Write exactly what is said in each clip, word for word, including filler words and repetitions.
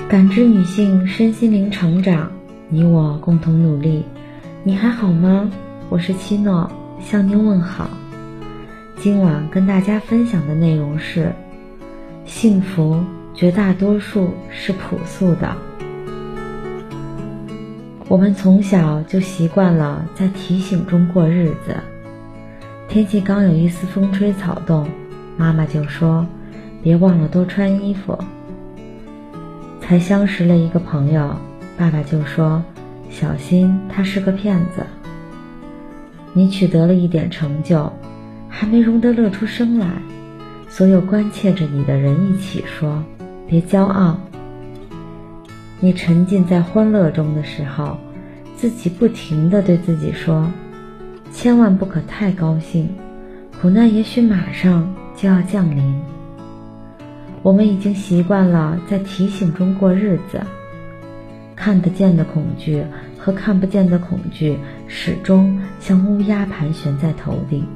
感知女性身心灵成长，你我共同努力。你还好吗？我是七诺，向您问好。今晚跟大家分享的内容是：幸福绝大多数是朴素的。我们从小就习惯了在提醒中过日子。天气刚有一丝风吹草动，妈妈就说别忘了多穿衣服。才相识了一个朋友，爸爸就说小心他是个骗子。你取得了一点成就，还没容得乐出声来，所有关切着你的人一起说别骄傲。你沉浸在欢乐中的时候，自己不停地对自己说千万不可太高兴，苦难也许马上就要降临。我们已经习惯了在提醒中过日子，看得见的恐惧和看不见的恐惧始终像乌鸦盘旋在头顶。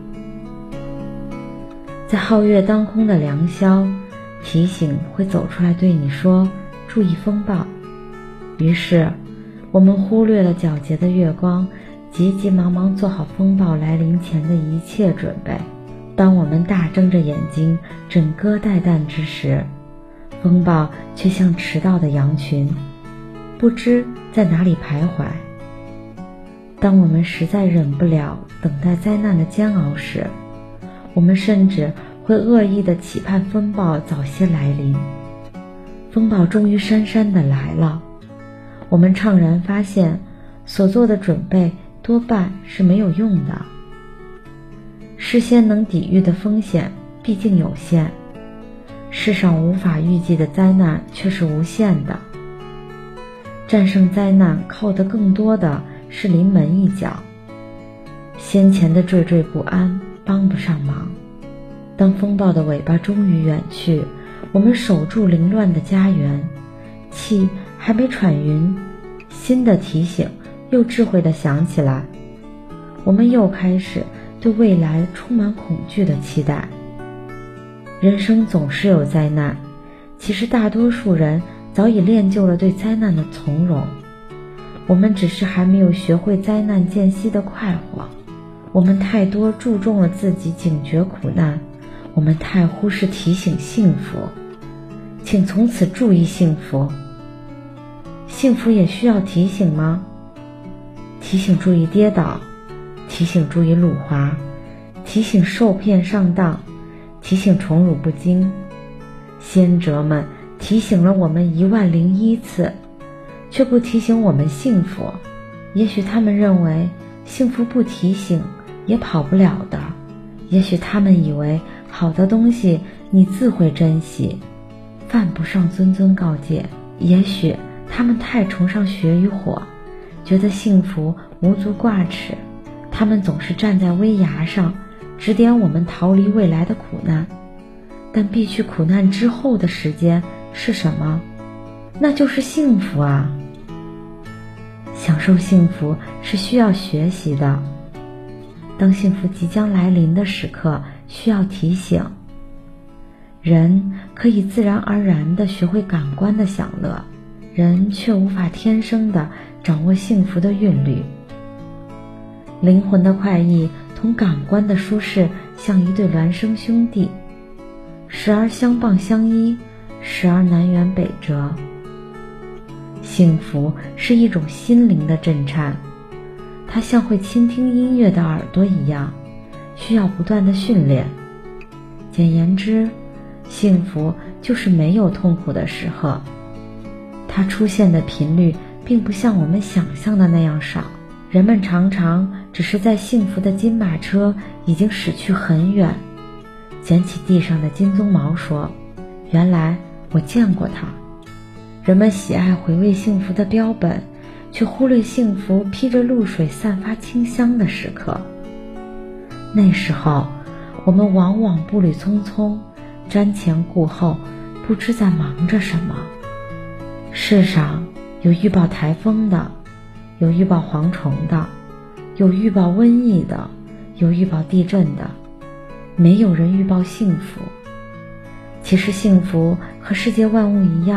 在皓月当空的良宵，提醒会走出来对你说注意风暴。于是我们忽略了皎洁的月光，急急忙忙做好风暴来临前的一切准备。当我们大睁着眼睛枕戈待旦之时，风暴却像迟到的羊群，不知在哪里徘徊。当我们实在忍不了等待灾难的煎熬时，我们甚至会恶意地期盼风暴早些来临。风暴终于姗姗地来了，我们怅然发现所做的准备多半是没有用的。事先能抵御的风险毕竟有限，世上无法预计的灾难却是无限的。战胜灾难靠的更多的是临门一脚，先前的惴惴不安帮不上忙。当风暴的尾巴终于远去，我们守住凌乱的家园，气还没喘匀，新的提醒又智慧地响起来，我们又开始对未来充满恐惧的期待。人生总是有灾难，其实大多数人早已练就了对灾难的从容，我们只是还没有学会灾难间隙的快活。我们太多注重了自己警觉苦难，我们太忽视提醒幸福。请从此注意幸福。幸福也需要提醒吗？提醒注意跌倒，提醒注意路滑，提醒受骗上当，提醒宠辱不惊。先哲们提醒了我们一万零一次，却不提醒我们幸福。也许他们认为幸福不提醒也跑不了的，也许他们以为好的东西你自会珍惜，犯不上谆谆告诫。也许他们太崇尚血与火，觉得幸福无足挂齿，他们总是站在危崖上指点我们逃离未来的苦难。但避去苦难之后的时间是什么？那就是幸福啊！享受幸福是需要学习的。当幸福即将来临的时刻，需要提醒。人可以自然而然地学会感官的享乐，人却无法天生地掌握幸福的韵律。灵魂的快意同感官的舒适像一对孪生兄弟，时而相傍相依，时而南辕北辙。幸福是一种心灵的震颤，它像会倾听音乐的耳朵一样，需要不断的训练。简言之，幸福就是没有痛苦的时刻，它出现的频率并不像我们想象的那样少。人们常常只是在幸福的金马车已经驶去很远，捡起地上的金鬃毛说，原来我见过它。人们喜爱回味幸福的标本，却忽略幸福披着露水散发清香的时刻。那时候我们往往步履匆匆，瞻前顾后，不知在忙着什么。世上有预报台风的，有预报蝗虫的，有预报瘟疫的，有预报地震的，没有人预报幸福。其实幸福和世界万物一样，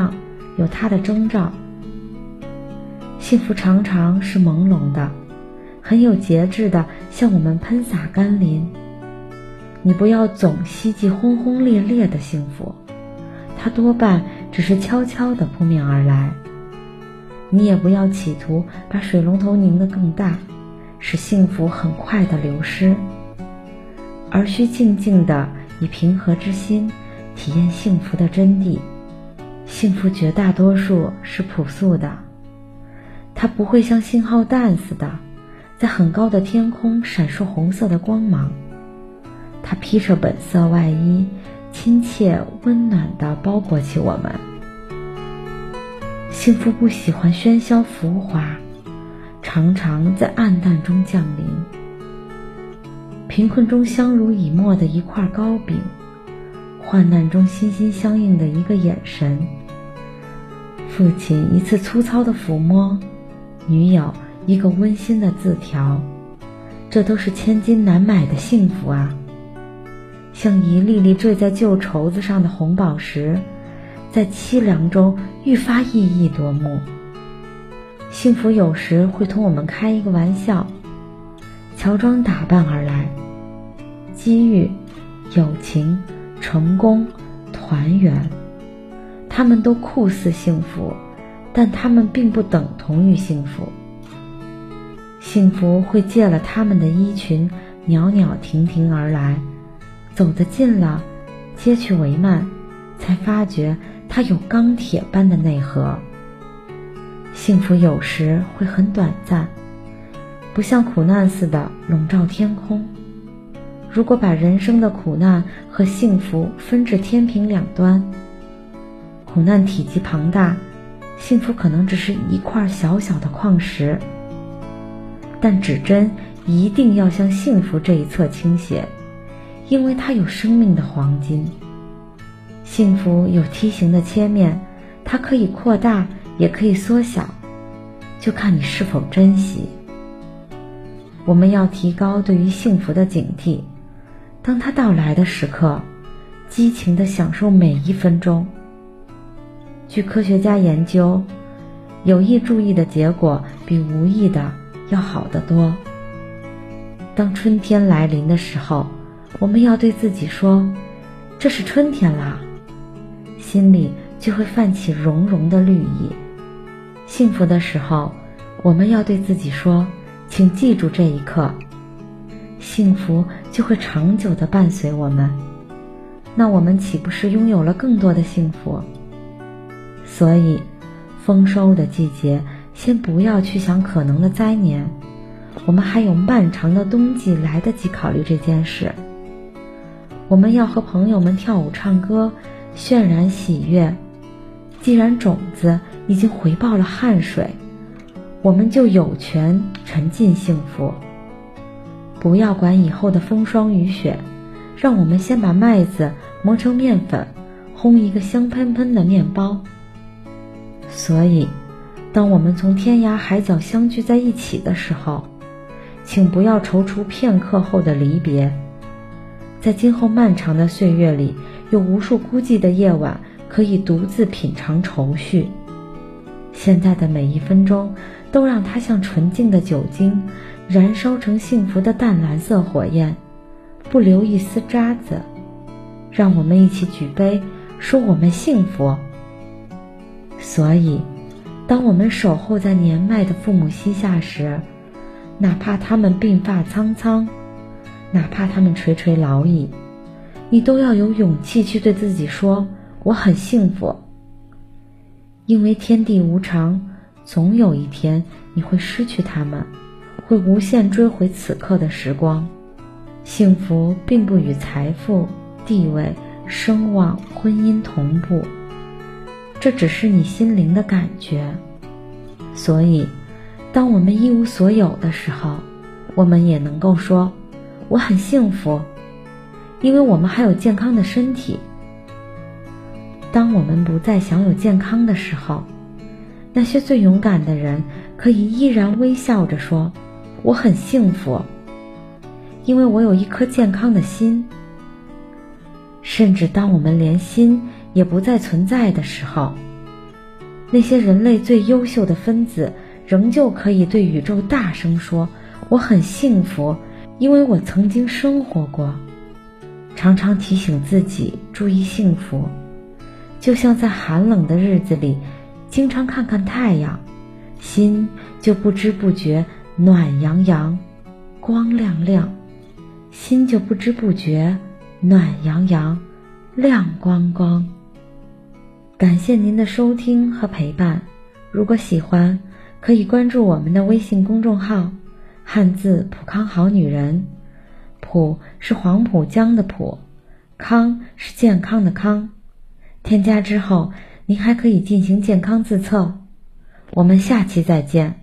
有它的征兆。幸福常常是朦胧的，很有节制的向我们喷洒甘霖。你不要总希冀轰轰烈烈的幸福，它多半只是悄悄地扑面而来。你也不要企图把水龙头拧得更大，使幸福很快地流失，而需静静地以平和之心体验幸福的真谛。幸福绝大多数是朴素的，它不会像信号弹似的在很高的天空闪烁红色的光芒，它披着本色外衣，亲切温暖地包裹起我们。幸福不喜欢喧嚣浮华，常常在暗淡中降临。贫困中相濡以沫的一块糕饼，患难中心心相印的一个眼神，父亲一次粗糙的抚摸，女友一个温馨的字条，这都是千金难买的幸福啊！像一粒粒坠在旧绸子上的红宝石，在凄凉中愈发熠熠夺目。幸福有时会同我们开一个玩笑，乔装打扮而来。机遇、友情、成功、团圆，他们都酷似幸福，但他们并不等同于幸福。幸福会借了他们的衣裙，袅袅婷婷而来，走得近了，接去帷幔，才发觉它有钢铁般的内核。幸福有时会很短暂，不像苦难似的笼罩天空。如果把人生的苦难和幸福分至天平两端，苦难体积庞大，幸福可能只是一块小小的矿石，但指针一定要向幸福这一侧倾斜，因为它有生命的黄金。幸福有梯形的切面，它可以扩大也可以缩小，就看你是否珍惜。我们要提高对于幸福的警惕，当它到来的时刻，激情地享受每一分钟。据科学家研究，有意注意的结果比无意的要好得多。当春天来临的时候，我们要对自己说，这是春天啦，心里就会泛起融融的绿意。幸福的时候，我们要对自己说，请记住这一刻，幸福就会长久地伴随我们。那我们岂不是拥有了更多的幸福？所以丰收的季节，先不要去想可能的灾年，我们还有漫长的冬季来得及考虑这件事。我们要和朋友们跳舞唱歌，渲染喜悦。既然种子已经回报了汗水，我们就有权沉浸幸福。不要管以后的风霜雨雪，让我们先把麦子磨成面粉，烘一个香喷喷的面包。所以当我们从天涯海角相聚在一起的时候，请不要踌躇片刻后的离别。在今后漫长的岁月里，有无数孤寂的夜晚可以独自品尝愁绪。现在的每一分钟，都让它像纯净的酒精，燃烧成幸福的淡蓝色火焰，不留一丝渣子。让我们一起举杯，说我们幸福。所以当我们守候在年迈的父母膝下时，哪怕他们鬓发苍苍，哪怕他们垂垂老矣，你都要有勇气去对自己说，我很幸福。因为天地无常，总有一天你会失去他们，会无限追回此刻的时光。幸福并不与财富、地位、声望、婚姻同步，这只是你心灵的感觉。所以当我们一无所有的时候，我们也能够说，我很幸福，因为我们还有健康的身体。当我们不再享有健康的时候，那些最勇敢的人可以依然微笑着说，我很幸福，因为我有一颗健康的心。甚至当我们连心也不再存在的时候， 那些人类最优秀的分子仍旧可以对宇宙大声说，我很幸福，因为我曾经生活过。常常提醒自己注意幸福，就像在寒冷的日子里经常看看太阳，心就不知不觉暖洋洋，光亮亮，心就不知不觉暖洋洋，亮光光。感谢您的收听和陪伴，如果喜欢，可以关注我们的微信公众号汉字浦康好女人，浦是黄浦江的浦，康是健康的康。添加之后，您还可以进行健康自测。我们下期再见。